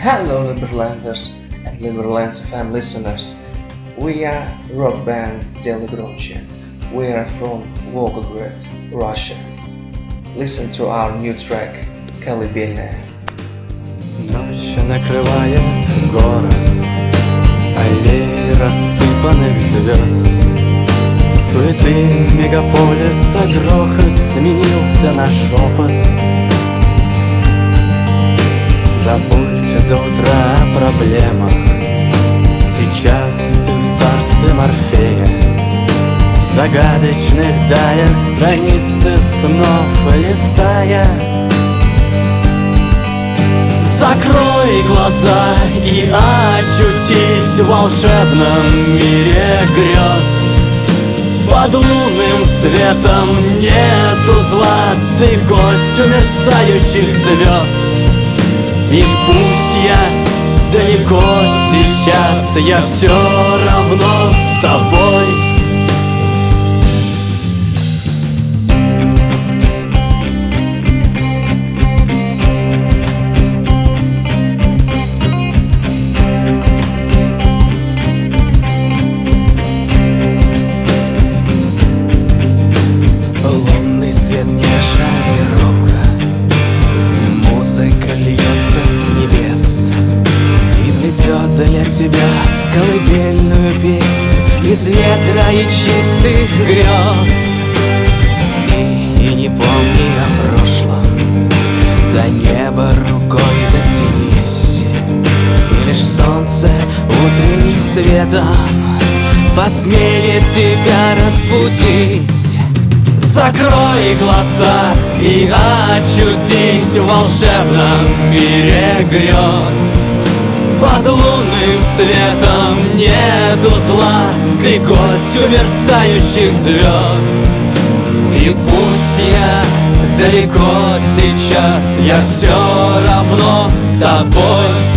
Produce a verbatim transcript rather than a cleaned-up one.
Hello, Liberlanders and Liberlands F M listeners. We are rock band Steli Grunche. We are from Volgograd, Russia. Listen to our new track «Колыбельная». Ночь накрывает город, аллеи рассыпанных звезд. Суеты мегаполиса грохот сменился на шепот. Забудь до утра о проблемах. Сейчас ты в царстве Морфея, в загадочных далях страницы снов листая. Закрой глаза и очутись в волшебном мире грез. Под лунным светом нету зла, ты гость у мерцающих звезд. И пусть я далеко сейчас, я все равно с тобой. Лунный свет нежно и робко, музыка льется с небес и плетет для тебя колыбельную песню из ветра и чистых грез. Спи и не помни о прошлом, до неба рукой дотянись, и лишь солнце утренним светом посмеет тебя разбудить. Закрой глаза и очутись в волшебном мире грез. Под лунным светом нету зла, ты гость у мерцающих звезд. И пусть я далеко сейчас, я все равно с тобой.